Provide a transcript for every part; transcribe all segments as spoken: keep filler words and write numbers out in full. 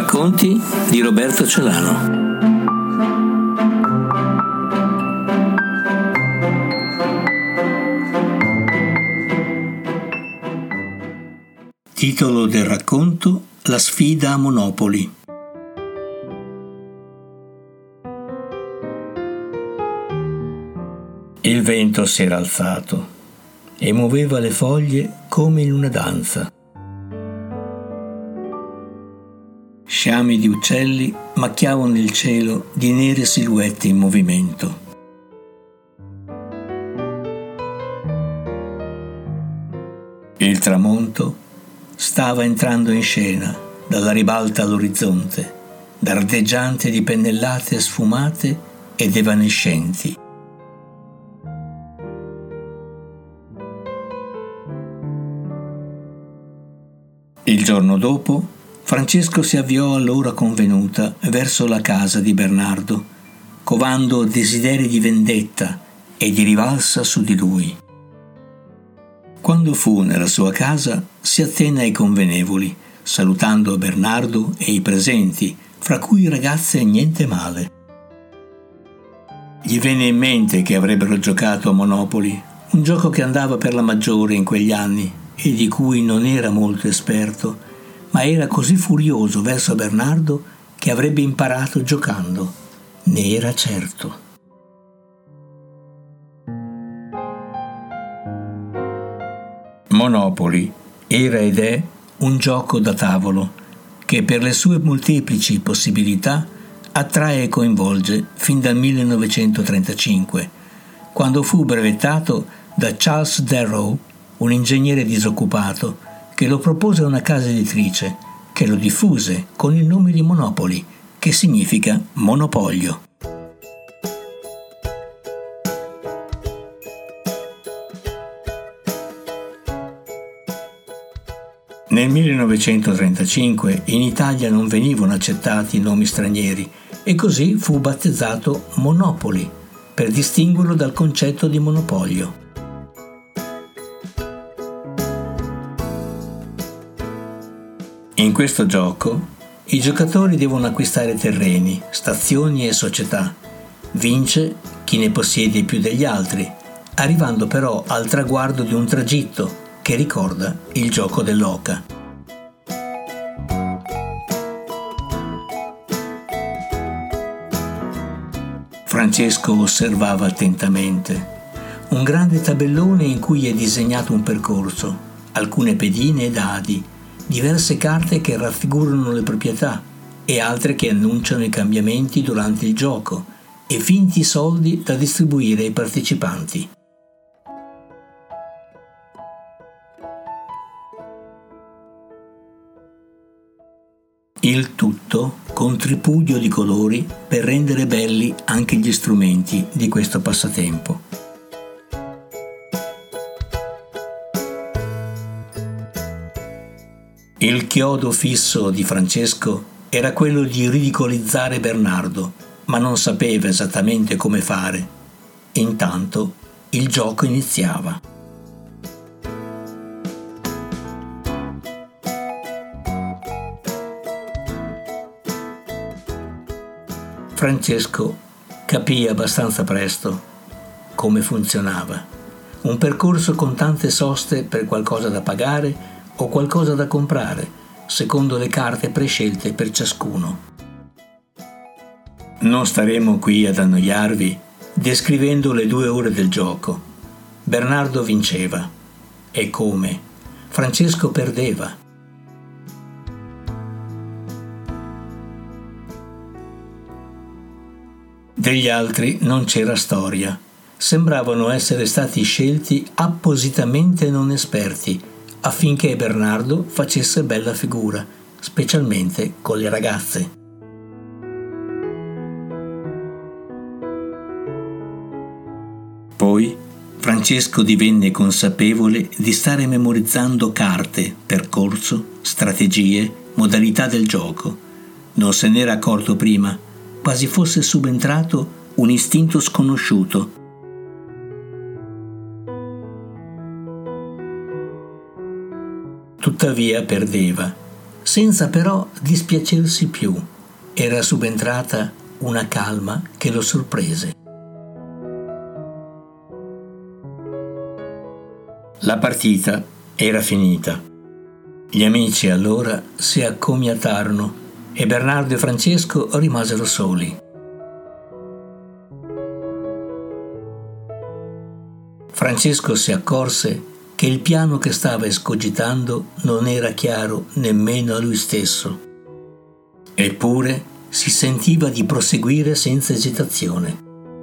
Racconti di Roberto Celano. Titolo del racconto: La sfida a Monopoli. Il vento si era alzato e muoveva le foglie come in una danza. Sciami di uccelli macchiavano il cielo di nere silhouette in movimento. Il tramonto stava entrando in scena dalla ribalta all'orizzonte, dardeggiante di pennellate sfumate ed evanescenti. Il giorno dopo, Francesco si avviò all'ora convenuta verso la casa di Bernardo, covando desideri di vendetta e di rivalsa su di lui. Quando fu nella sua casa, si attenne ai convenevoli, salutando Bernardo e i presenti, fra cui ragazze niente male. Gli venne in mente che avrebbero giocato a Monopoli, un gioco che andava per la maggiore in quegli anni e di cui non era molto esperto, ma era così furioso verso Bernardo che avrebbe imparato giocando, ne era certo. Monopoli era ed è un gioco da tavolo che per le sue molteplici possibilità attrae e coinvolge fin dal millenovecentotrentacinque, quando fu brevettato da Charles Darrow, un ingegnere disoccupato che lo propose a una casa editrice, che lo diffuse con il nome di Monopoli, che significa monopolio. Nel millenovecentotrentacinque in Italia non venivano accettati nomi stranieri e così fu battezzato Monopoli, per distinguerlo dal concetto di monopolio. In questo gioco i giocatori devono acquistare terreni, stazioni e società. Vince chi ne possiede più degli altri, arrivando però al traguardo di un tragitto che ricorda il gioco dell'oca. Francesco osservava attentamente un grande tabellone in cui è disegnato un percorso, alcune pedine e dadi, diverse carte che raffigurano le proprietà e altre che annunciano i cambiamenti durante il gioco e finti soldi da distribuire ai partecipanti. Il tutto con tripudio di colori per rendere belli anche gli strumenti di questo passatempo. Il chiodo fisso di Francesco era quello di ridicolizzare Bernardo, ma non sapeva esattamente come fare. Intanto il gioco iniziava. Francesco capì abbastanza presto come funzionava. Un percorso con tante soste per qualcosa da pagare o qualcosa da comprare, secondo le carte prescelte per ciascuno. Non staremo qui ad annoiarvi descrivendo le due ore del gioco. Bernardo vinceva. E come? Francesco perdeva. Degli altri non c'era storia. Sembravano essere stati scelti appositamente non esperti, affinché Bernardo facesse bella figura, specialmente con le ragazze. Poi Francesco divenne consapevole di stare memorizzando carte, percorso, strategie, modalità del gioco. Non se n'era accorto prima, quasi fosse subentrato un istinto sconosciuto. Tuttavia perdeva, senza però dispiacersi più. Era subentrata una calma che lo sorprese. La partita era finita. Gli amici allora si accomiatarono e Bernardo e Francesco rimasero soli. Francesco si accorse che il piano che stava escogitando non era chiaro nemmeno a lui stesso. Eppure si sentiva di proseguire senza esitazione.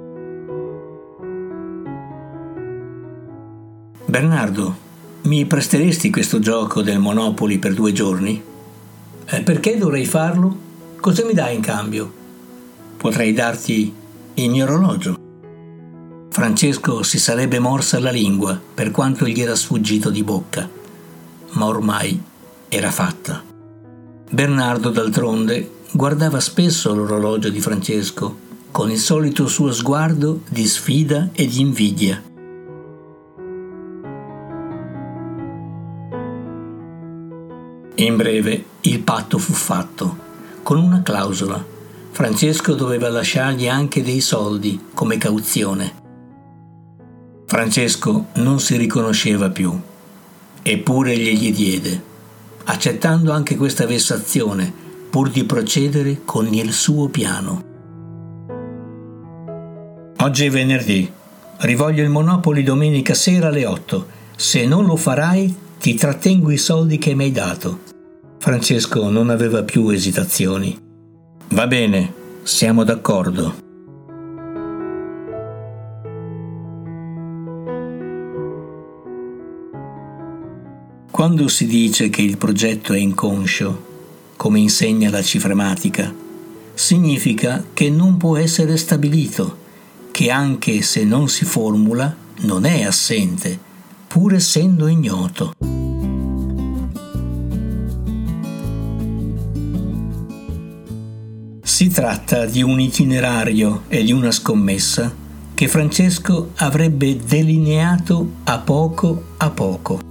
Bernardo, mi presteresti questo gioco del Monopoly per due giorni? Eh, perché dovrei farlo? Cosa mi dai in cambio? Potrei darti il mio orologio. Francesco si sarebbe morsa la lingua per quanto gli era sfuggito di bocca, ma ormai era fatta. Bernardo, d'altronde, guardava spesso l'orologio di Francesco con il solito suo sguardo di sfida e di invidia. In breve il patto fu fatto, con una clausola. Francesco doveva lasciargli anche dei soldi come cauzione. Francesco non si riconosceva più, eppure glieli diede, accettando anche questa vessazione pur di procedere con il suo piano. Oggi è venerdì, rivoglio il Monopoly domenica sera alle otto. Se non lo farai, ti trattengo i soldi che mi hai dato. Francesco non aveva più esitazioni. Va bene, siamo d'accordo. Quando si dice che il progetto è inconscio, come insegna la ciframatica, significa che non può essere stabilito, che anche se non si formula, non è assente, pur essendo ignoto. Si tratta di un itinerario e di una scommessa che Francesco avrebbe delineato a poco a poco.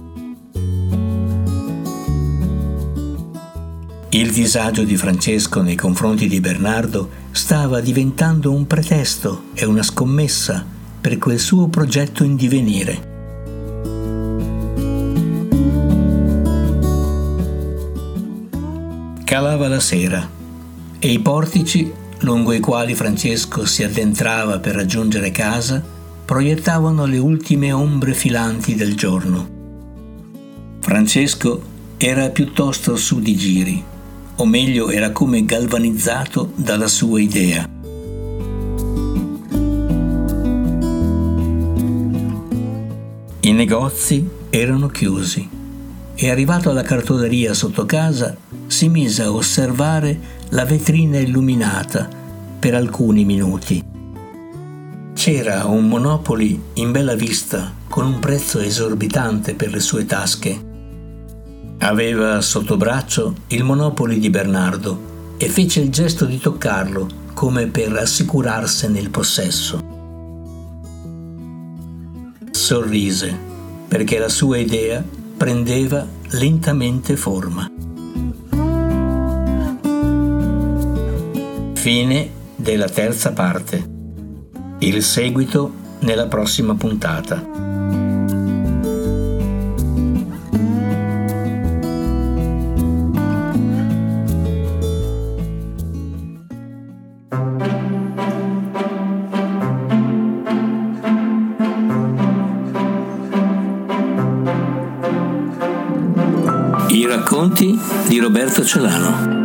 Il disagio di Francesco nei confronti di Bernardo stava diventando un pretesto e una scommessa per quel suo progetto in divenire. Calava la sera e i portici, lungo i quali Francesco si addentrava per raggiungere casa, proiettavano le ultime ombre filanti del giorno. Francesco era piuttosto su di giri, o meglio era come galvanizzato dalla sua idea. I negozi erano chiusi e, arrivato alla cartoleria sotto casa, si mise a osservare la vetrina illuminata per alcuni minuti. C'era un Monopoly in bella vista con un prezzo esorbitante per le sue tasche. Aveva sotto braccio il Monopoly di Bernardo e fece il gesto di toccarlo come per assicurarsene il possesso. Sorrise perché la sua idea prendeva lentamente forma. Fine della terza parte. Il seguito nella prossima puntata. I racconti di Roberto Celano.